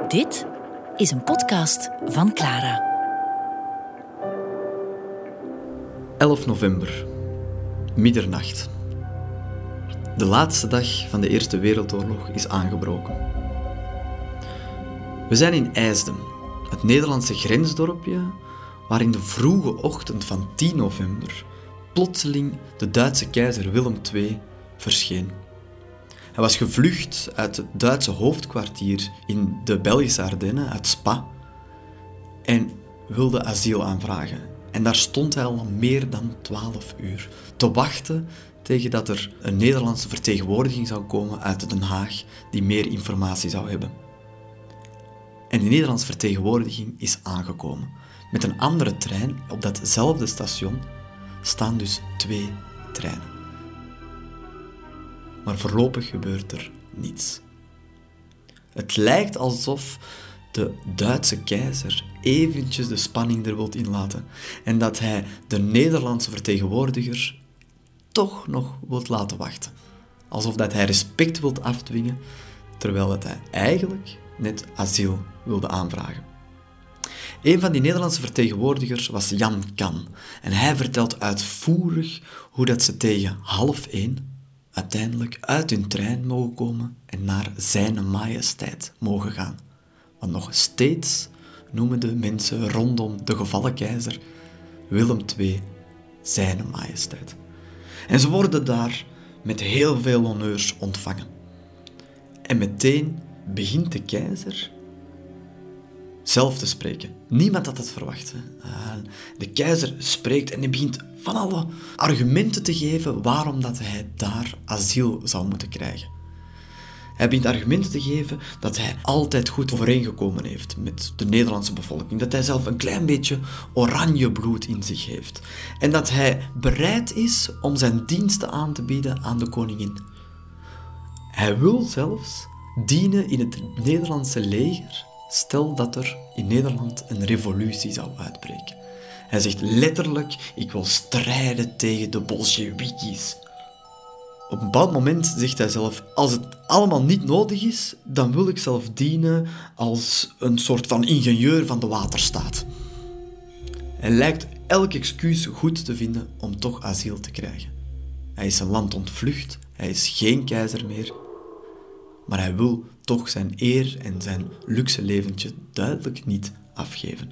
Dit is een podcast van Clara. 11 november, middernacht. De laatste dag van de Eerste Wereldoorlog is aangebroken. We zijn in IJsden, het Nederlandse grensdorpje waar in de vroege ochtend van 10 november plotseling de Duitse keizer Willem II verscheen. Hij was gevlucht uit het Duitse hoofdkwartier in de Belgische Ardennen, uit Spa, en wilde asiel aanvragen. En daar stond hij al meer dan 12 uur te wachten tegen dat er een Nederlandse vertegenwoordiging zou komen uit Den Haag die meer informatie zou hebben. En die Nederlandse vertegenwoordiging is aangekomen. Met een andere trein op datzelfde station staan dus 2 treinen. Maar voorlopig gebeurt er niets. Het lijkt alsof de Duitse keizer eventjes de spanning er wilt inlaten en dat hij de Nederlandse vertegenwoordiger toch nog wilt laten wachten. Alsof dat hij respect wilt afdwingen, terwijl dat hij eigenlijk net asiel wilde aanvragen. Een van die Nederlandse vertegenwoordigers was Jan Kan en hij vertelt uitvoerig hoe dat ze tegen 12:30 uiteindelijk uit hun trein mogen komen en naar Zijne Majesteit mogen gaan. Want nog steeds noemen de mensen rondom de gevallen keizer Willem II Zijne Majesteit. En ze worden daar met heel veel honneurs ontvangen. En meteen begint de keizer zelf te spreken. Niemand had dat verwacht. De keizer spreekt en hij begint van alle argumenten te geven waarom dat hij daar asiel zou moeten krijgen. Hij begint argumenten te geven dat hij altijd goed overeengekomen heeft met de Nederlandse bevolking. Dat hij zelf een klein beetje oranje bloed in zich heeft. En dat hij bereid is om zijn diensten aan te bieden aan de koningin. Hij wil zelfs dienen in het Nederlandse leger, stel dat er in Nederland een revolutie zou uitbreken. Hij zegt letterlijk, ik wil strijden tegen de Bolsjewiekjes. Op een bepaald moment zegt hij zelf, als het allemaal niet nodig is, dan wil ik zelf dienen als een soort van ingenieur van de waterstaat. Hij lijkt elk excuus goed te vinden om toch asiel te krijgen. Hij is zijn land ontvlucht, hij is geen keizer meer, maar hij wil toch zijn eer en zijn luxe leventje duidelijk niet afgeven.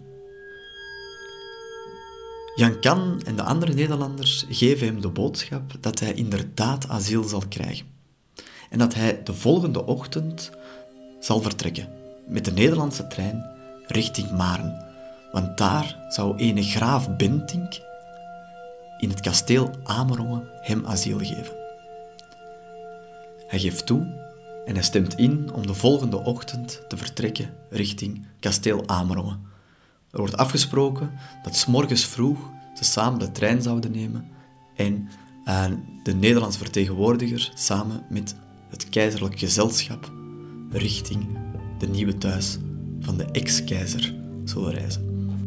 Jan Kan en de andere Nederlanders geven hem de boodschap dat hij inderdaad asiel zal krijgen. En dat hij de volgende ochtend zal vertrekken met de Nederlandse trein richting Maren. Want daar zou ene graaf Bentinck in het kasteel Amerongen hem asiel geven. Hij geeft toe en hij stemt in om de volgende ochtend te vertrekken richting kasteel Amerongen. Er wordt afgesproken dat 's morgens vroeg ze samen de trein zouden nemen en de Nederlandse vertegenwoordiger samen met het keizerlijk gezelschap richting de nieuwe thuis van de ex-keizer zullen reizen.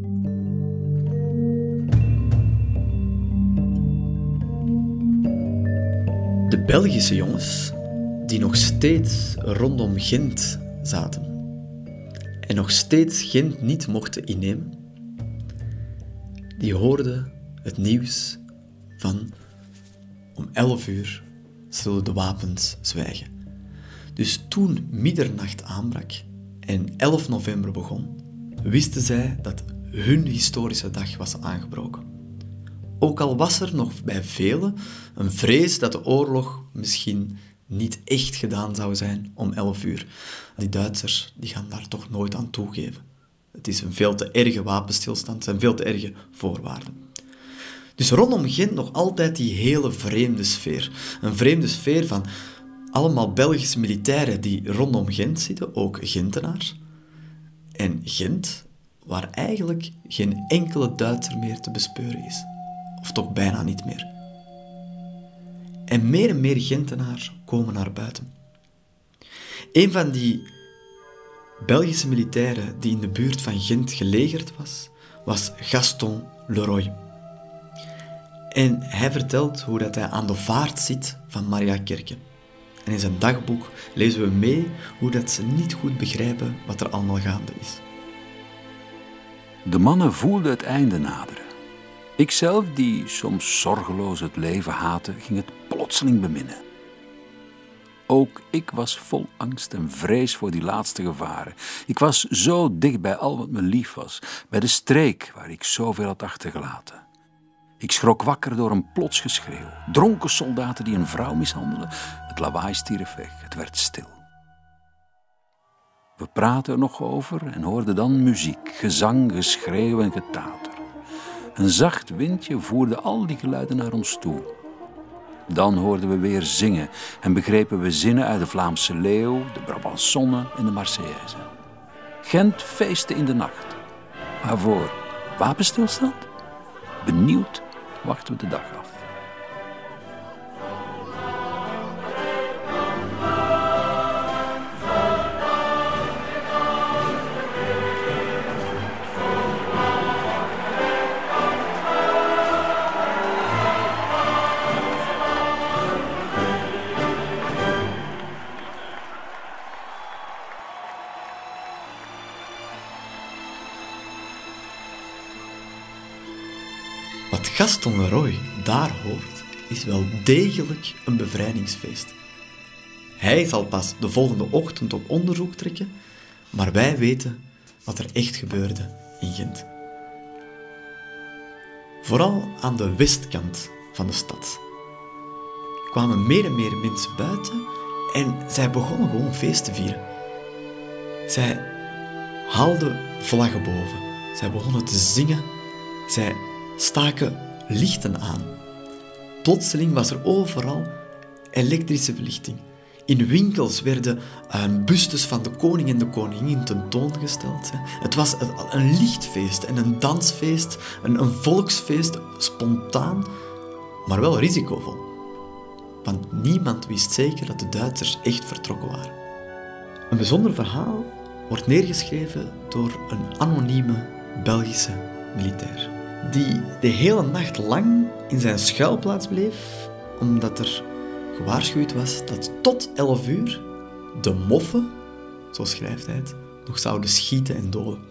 De Belgische jongens die nog steeds rondom Gent zaten en nog steeds Gent niet mochten innemen, die hoorden het nieuws van om 11 uur zullen de wapens zwijgen. Dus toen middernacht aanbrak en 11 november begon, wisten zij dat hun historische dag was aangebroken. Ook al was er nog bij velen een vrees dat de oorlog misschien niet echt gedaan zou zijn om 11 uur. Die Duitsers die gaan daar toch nooit aan toegeven. Het is een veel te erge wapenstilstand, het zijn veel te erge voorwaarden. Dus rondom Gent nog altijd die hele vreemde sfeer. Een vreemde sfeer van allemaal Belgische militairen die rondom Gent zitten, ook Gentenaars. En Gent, waar eigenlijk geen enkele Duitser meer te bespeuren is. Of toch bijna niet meer. En meer Gentenaars komen naar buiten. Een van die Belgische militairen die in de buurt van Gent gelegerd was Gaston Leroy. En hij vertelt hoe dat hij aan de vaart zit van Mariakerke. En in zijn dagboek lezen we mee hoe dat ze niet goed begrijpen wat er allemaal gaande is. De mannen voelden het einde naderen. Ikzelf, die soms zorgeloos het leven haatte, ging het plotseling beminnen. Ook ik was vol angst en vrees voor die laatste gevaren. Ik was zo dicht bij al wat me lief was, bij de streek waar ik zoveel had achtergelaten. Ik schrok wakker door een plots geschreeuw. Dronken soldaten die een vrouw mishandelen. Het lawaai stierf weg, het werd stil. We praten er nog over en hoorden dan muziek, gezang, geschreeuw en getater. Een zacht windje voerde al die geluiden naar ons toe. Dan hoorden we weer zingen en begrepen we zinnen uit de Vlaamse Leeuw, de Brabançonne en de Marseillaise. Gent feestte in de nacht. Waarvoor? Wapenstilstand? Benieuwd wachten we de dag af. Wat Gaston Leroy daar hoort, is wel degelijk een bevrijdingsfeest. Hij zal pas de volgende ochtend op onderzoek trekken, maar wij weten wat er echt gebeurde in Gent. Vooral aan de westkant van de stad kwamen meer en meer mensen buiten en zij begonnen gewoon feest te vieren. Zij haalden vlaggen boven, zij begonnen te zingen, zij staken lichten aan. Plotseling was er overal elektrische verlichting. In winkels werden bustes van de koning en de koningin tentoongesteld. Het was een lichtfeest en een dansfeest, een volksfeest, spontaan, maar wel risicovol. Want niemand wist zeker dat de Duitsers echt vertrokken waren. Een bijzonder verhaal wordt neergeschreven door een anonieme Belgische militair, die de hele nacht lang in zijn schuilplaats bleef, omdat er gewaarschuwd was dat tot 11 uur de moffen, zo schrijft hij het, nog zouden schieten en doden.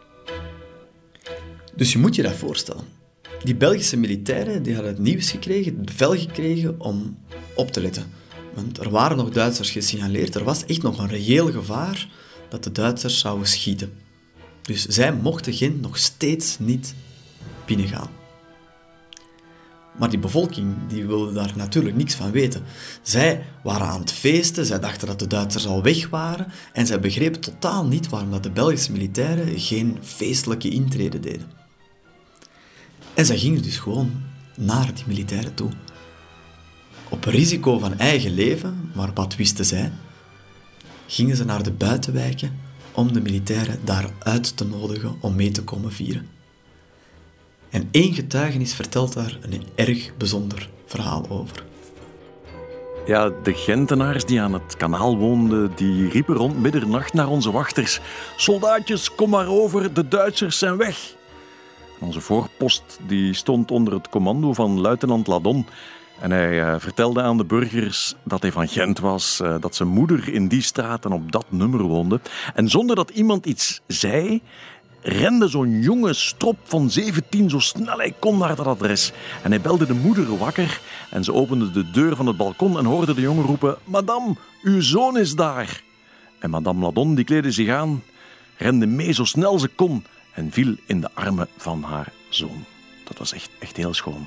Dus je moet je dat voorstellen. Die Belgische militairen die hadden het nieuws gekregen, het bevel gekregen om op te letten. Want er waren nog Duitsers gesignaleerd, er was echt nog een reëel gevaar dat de Duitsers zouden schieten. Dus zij mochten Gent nog steeds niet binnengaan. Maar die bevolking die wilde daar natuurlijk niks van weten. Zij waren aan het feesten, zij dachten dat de Duitsers al weg waren en zij begrepen totaal niet waarom dat de Belgische militairen geen feestelijke intrede deden. En zij gingen dus gewoon naar die militairen toe. Op risico van eigen leven, maar wat wisten zij? Gingen ze naar de buitenwijken om de militairen daar uit te nodigen om mee te komen vieren. En één getuigenis vertelt daar een erg bijzonder verhaal over. Ja, de Gentenaars die aan het kanaal woonden, die riepen rond middernacht naar onze wachters: "Soldaatjes, kom maar over, de Duitsers zijn weg." Onze voorpost die stond onder het commando van luitenant Ladon. En hij vertelde aan de burgers dat hij van Gent was, dat zijn moeder in die straat en op dat nummer woonde. En zonder dat iemand iets zei, rende zo'n jonge strop van 17 zo snel hij kon naar dat adres. En hij belde de moeder wakker en ze opende de deur van het balkon en hoorde de jongen roepen: "Madame, uw zoon is daar." En madame Ladon die kleedde zich aan, rende mee zo snel ze kon en viel in de armen van haar zoon. Dat was echt heel schoon.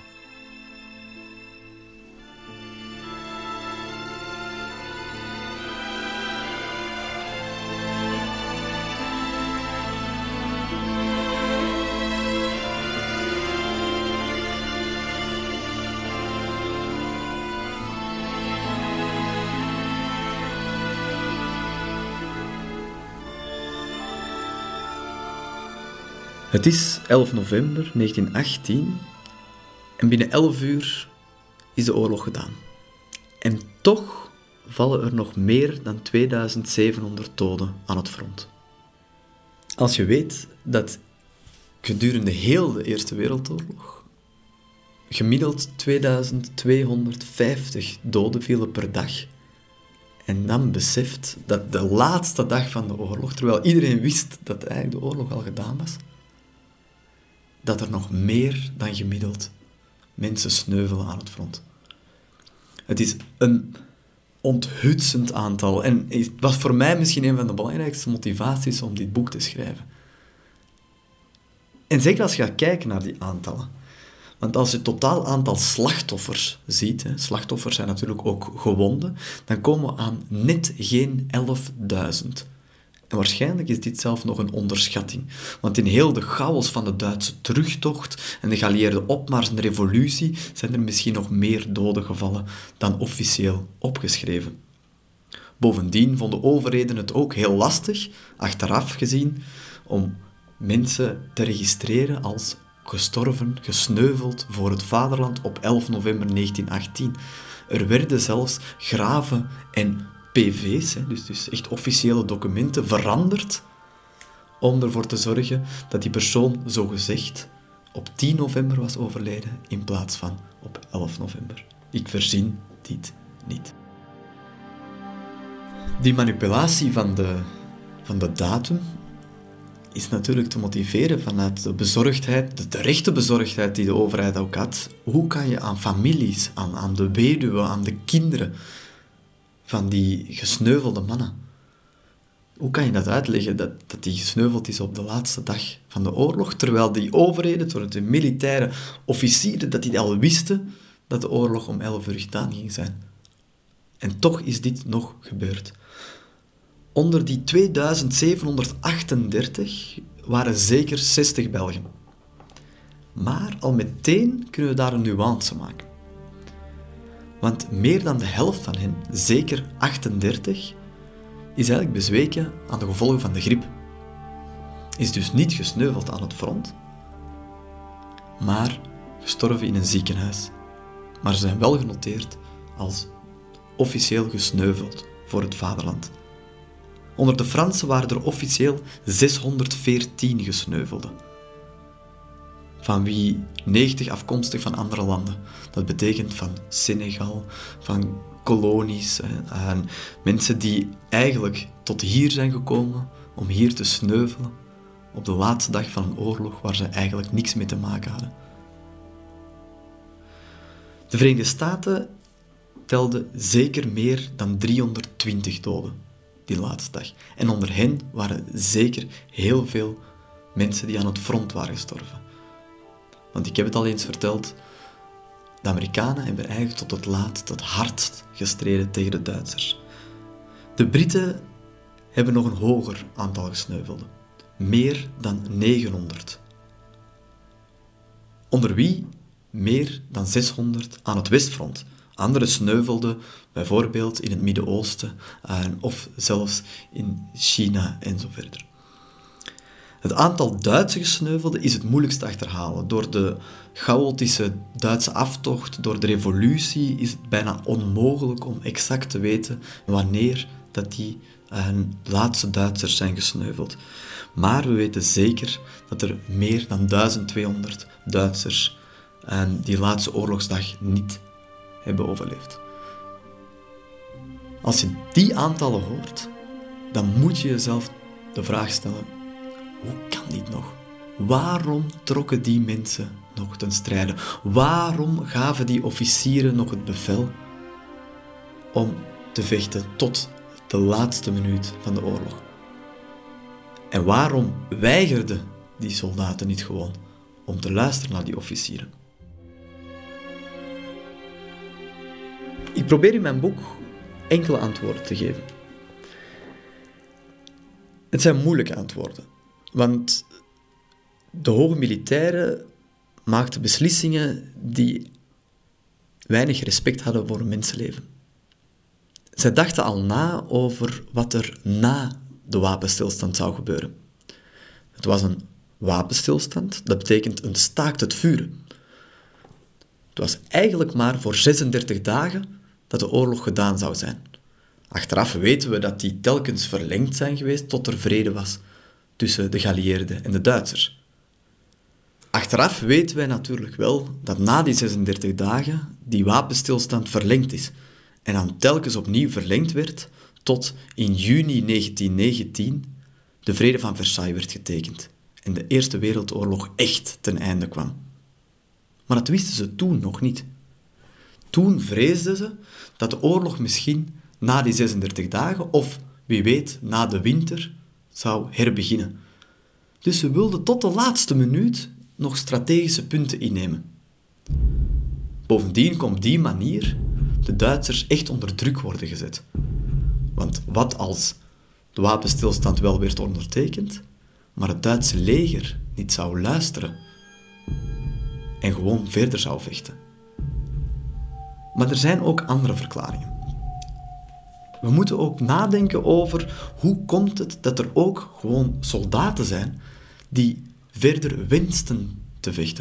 Het is 11 november 1918 en binnen 11 uur is de oorlog gedaan. En toch vallen er nog meer dan 2700 doden aan het front. Als je weet dat gedurende heel de Eerste Wereldoorlog gemiddeld 2250 doden vielen per dag, En dan beseft dat de laatste dag van de oorlog, terwijl iedereen wist dat eigenlijk de oorlog al gedaan was, dat er nog meer dan gemiddeld mensen sneuvelen aan het front. Het is een onthutsend aantal. En het was voor mij misschien een van de belangrijkste motivaties om dit boek te schrijven. En zeker als je gaat kijken naar die aantallen. Want als je het totaal aantal slachtoffers ziet, slachtoffers zijn natuurlijk ook gewonden, dan komen we aan net geen 11.000. En waarschijnlijk is dit zelf nog een onderschatting. Want in heel de chaos van de Duitse terugtocht en de geallieerde opmars en de revolutie zijn er misschien nog meer doden gevallen dan officieel opgeschreven. Bovendien vonden overheden het ook heel lastig, achteraf gezien, om mensen te registreren als gestorven, gesneuveld voor het vaderland op 11 november 1918. Er werden zelfs graven en PV's, dus echt officiële documenten, veranderd om ervoor te zorgen dat die persoon zogezegd op 10 november was overleden in plaats van op 11 november. Ik verzin dit niet. Die manipulatie van de datum is natuurlijk te motiveren vanuit de bezorgdheid, de terechte bezorgdheid die de overheid ook had. Hoe kan je aan families, aan de weduwen, aan de kinderen van die gesneuvelde mannen, hoe kan je dat uitleggen, dat die gesneuveld is op de laatste dag van de oorlog, terwijl die overheden, door de militaire officieren, dat die al wisten dat de oorlog om 11 uur gedaan ging zijn. En toch is dit nog gebeurd. Onder die 2738 waren zeker 60 Belgen. Maar al meteen kunnen we daar een nuance maken. Want meer dan de helft van hen, zeker 38, is eigenlijk bezweken aan de gevolgen van de griep. Is dus niet gesneuveld aan het front, maar gestorven in een ziekenhuis. Maar ze zijn wel genoteerd als officieel gesneuveld voor het vaderland. Onder de Fransen waren er officieel 614 gesneuvelden. Van wie 90 afkomstig van andere landen. Dat betekent van Senegal, van kolonies. En mensen die eigenlijk tot hier zijn gekomen om hier te sneuvelen op de laatste dag van een oorlog waar ze eigenlijk niks mee te maken hadden. De Verenigde Staten telden zeker meer dan 320 doden die laatste dag. En onder hen waren zeker heel veel mensen die aan het front waren gestorven. Want ik heb het al eens verteld, de Amerikanen hebben eigenlijk tot het laatst, tot het hardst gestreden tegen de Duitsers. De Britten hebben nog een hoger aantal gesneuvelden. Meer dan 900. Onder wie meer dan 600 aan het Westfront. Anderen sneuvelden bijvoorbeeld in het Midden-Oosten of zelfs in China en zo verder. Het aantal Duitse gesneuvelden is het moeilijkst te achterhalen. Door de chaotische Duitse aftocht, door de revolutie, is het bijna onmogelijk om exact te weten wanneer dat die laatste Duitsers zijn gesneuveld. Maar we weten zeker dat er meer dan 1200 Duitsers die laatste oorlogsdag niet hebben overleefd. Als je die aantallen hoort, dan moet je jezelf de vraag stellen: hoe kan dit nog? Waarom trokken die mensen nog ten strijde? Waarom gaven die officieren nog het bevel om te vechten tot de laatste minuut van de oorlog? En waarom weigerden die soldaten niet gewoon om te luisteren naar die officieren? Ik probeer in mijn boek enkele antwoorden te geven. Het zijn moeilijke antwoorden, want de hoge militairen maakten beslissingen die weinig respect hadden voor een mensenleven. Zij dachten al na over wat er na de wapenstilstand zou gebeuren. Het was een wapenstilstand, dat betekent een staakt het vuren. Het was eigenlijk maar voor 36 dagen dat de oorlog gedaan zou zijn. Achteraf weten we dat die telkens verlengd zijn geweest tot er vrede was tussen de geallieerden en de Duitsers. Achteraf weten wij natuurlijk wel dat na die 36 dagen die wapenstilstand verlengd is en dan telkens opnieuw verlengd werd tot in juni 1919 de Vrede van Versailles werd getekend en de Eerste Wereldoorlog echt ten einde kwam. Maar dat wisten ze toen nog niet. Toen vreesden ze dat de oorlog misschien na die 36 dagen, of wie weet na de winter, zou herbeginnen. Dus ze wilden tot de laatste minuut nog strategische punten innemen. Bovendien kon op die manier de Duitsers echt onder druk worden gezet. Want wat als de wapenstilstand wel werd ondertekend, maar het Duitse leger niet zou luisteren en gewoon verder zou vechten? Maar er zijn ook andere verklaringen. We moeten ook nadenken over hoe komt het dat er ook gewoon soldaten zijn die verder wensten te vechten.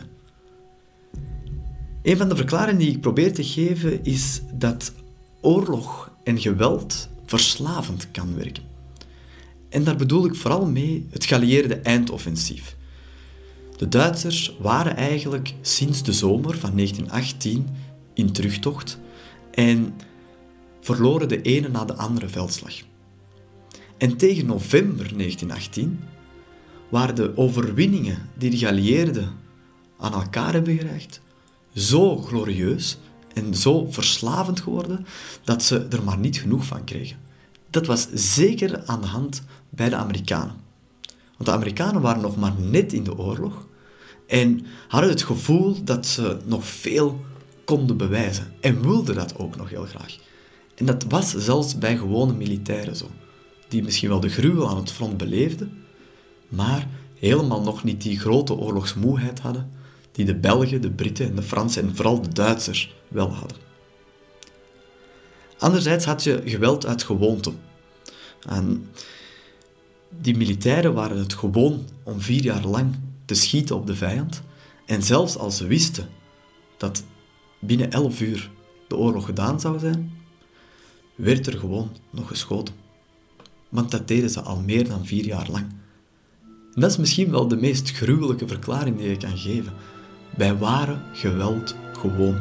Een van de verklaringen die ik probeer te geven is dat oorlog en geweld verslavend kan werken. En daar bedoel ik vooral mee het geallieerde eindoffensief. De Duitsers waren eigenlijk sinds de zomer van 1918 in terugtocht en verloren de ene na de andere veldslag. En tegen november 1918 waren de overwinningen die de geallieerden aan elkaar hebben gereicht zo glorieus en zo verslavend geworden dat ze er maar niet genoeg van kregen. Dat was zeker aan de hand bij de Amerikanen. Want de Amerikanen waren nog maar net in de oorlog en hadden het gevoel dat ze nog veel konden bewijzen en wilden dat ook nog heel graag. En dat was zelfs bij gewone militairen zo, die misschien wel de gruwel aan het front beleefden, maar helemaal nog niet die grote oorlogsmoeheid hadden die de Belgen, de Britten en de Fransen en vooral de Duitsers wel hadden. Anderzijds had je geweld uit gewoonte. En die militairen waren het gewoon om 4 jaar lang te schieten op de vijand. En zelfs als ze wisten dat binnen 11 uur de oorlog gedaan zou zijn, werd er gewoon nog geschoten. Want dat deden ze al meer dan 4 jaar lang. En dat is misschien wel de meest gruwelijke verklaring die je kan geven. Wij waren geweld gewoon.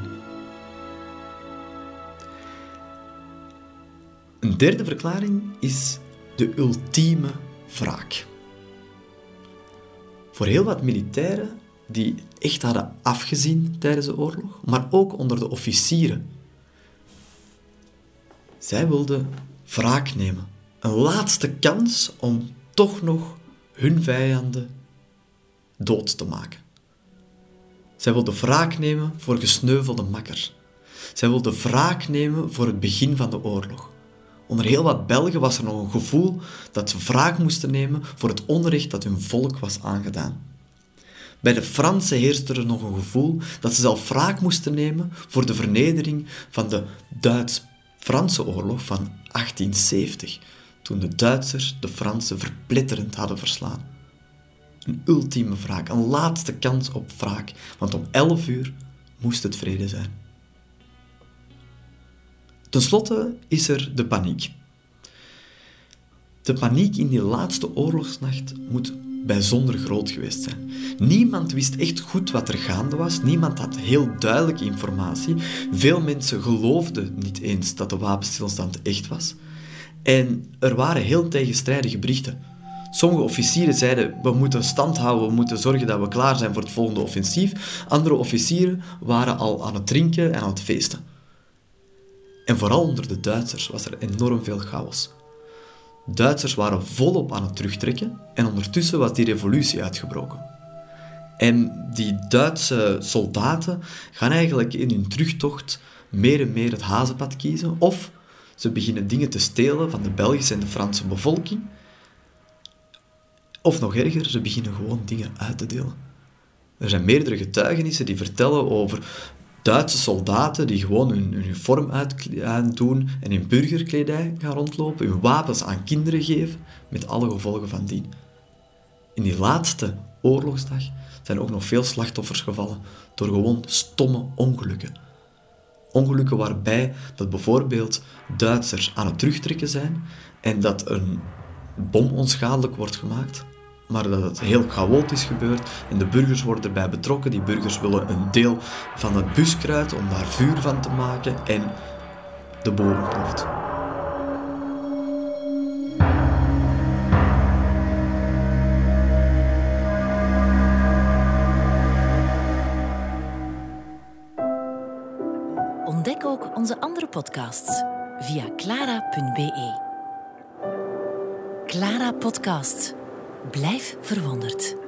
Een derde verklaring is de ultieme wraak. Voor heel wat militairen die echt hadden afgezien tijdens de oorlog, maar ook onder de officieren. Zij wilden wraak nemen. Een laatste kans om toch nog hun vijanden dood te maken. Zij wilden wraak nemen voor gesneuvelde makkers. Zij wilden wraak nemen voor het begin van de oorlog. Onder heel wat Belgen was er nog een gevoel dat ze wraak moesten nemen voor het onrecht dat hun volk was aangedaan. Bij de Fransen heerste er nog een gevoel dat ze zelf wraak moesten nemen voor de vernedering van de Duits-Franse oorlog van 1870, toen de Duitsers de Fransen verpletterend hadden verslaan. Een ultieme wraak, een laatste kans op wraak, want om 11 uur moest het vrede zijn. Ten slotte is er de paniek. De paniek in die laatste oorlogsnacht moet bijzonder groot geweest zijn. Niemand wist echt goed wat er gaande was. Niemand had heel duidelijke informatie. Veel mensen geloofden niet eens dat de wapenstilstand echt was. En er waren heel tegenstrijdige berichten. Sommige officieren zeiden, we moeten stand houden, we moeten zorgen dat we klaar zijn voor het volgende offensief. Andere officieren waren al aan het drinken en aan het feesten. En vooral onder de Duitsers was er enorm veel chaos. Duitsers waren volop aan het terugtrekken en ondertussen was die revolutie uitgebroken. En die Duitse soldaten gaan eigenlijk in hun terugtocht meer en meer het hazenpad kiezen, of ze beginnen dingen te stelen van de Belgische en de Franse bevolking, of nog erger, ze beginnen gewoon dingen uit te delen. Er zijn meerdere getuigenissen die vertellen over Duitse soldaten die gewoon hun uniform aandoen en in burgerkledij gaan rondlopen, hun wapens aan kinderen geven, met alle gevolgen van dien. In die laatste oorlogsdag zijn ook nog veel slachtoffers gevallen door gewoon stomme ongelukken. Ongelukken waarbij dat bijvoorbeeld Duitsers aan het terugtrekken zijn en dat een bom onschadelijk wordt gemaakt, maar dat het heel chaotisch gebeurt en de burgers worden erbij betrokken. Die burgers willen een deel van het buskruid om daar vuur van te maken en de bodem ploft. Ontdek ook onze andere podcasts via clara.be. Clara Podcast. Blijf verwonderd.